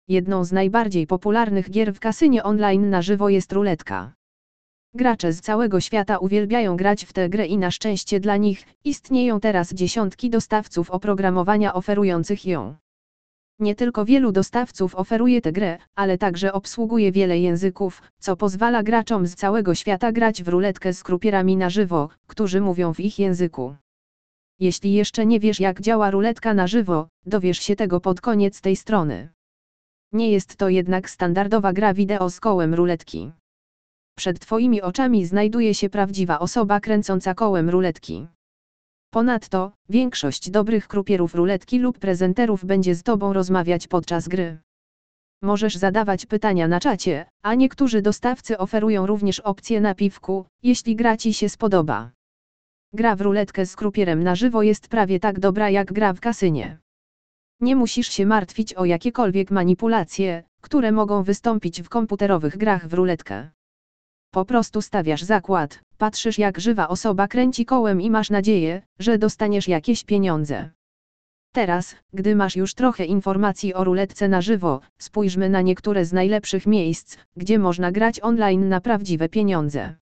Jedną z najbardziej popularnych gier w kasynie online na żywo jest ruletka. Gracze z całego świata uwielbiają grać w tę grę i na szczęście dla nich, istnieją teraz dziesiątki dostawców oprogramowania oferujących ją. Nie tylko wielu dostawców oferuje tę grę, ale także obsługuje wiele języków, co pozwala graczom z całego świata grać w ruletkę z krupierami na żywo, którzy mówią w ich języku. Jeśli jeszcze nie wiesz, jak działa ruletka na żywo, dowiesz się tego pod koniec tej strony. Nie jest to jednak standardowa gra wideo z kołem ruletki. Przed Twoimi oczami znajduje się prawdziwa osoba kręcąca kołem ruletki. Ponadto, większość dobrych krupierów ruletki lub prezenterów będzie z Tobą rozmawiać podczas gry. Możesz zadawać pytania na czacie, a niektórzy dostawcy oferują również opcję na piwku, jeśli gra Ci się spodoba. Gra w ruletkę z krupierem na żywo jest prawie tak dobra jak gra w kasynie. Nie musisz się martwić o jakiekolwiek manipulacje, które mogą wystąpić w komputerowych grach w ruletkę. Po prostu stawiasz zakład, patrzysz jak żywa osoba kręci kołem i masz nadzieję, że dostaniesz jakieś pieniądze. Teraz, gdy masz już trochę informacji o ruletce na żywo, spójrzmy na niektóre z najlepszych miejsc, gdzie można grać online na prawdziwe pieniądze.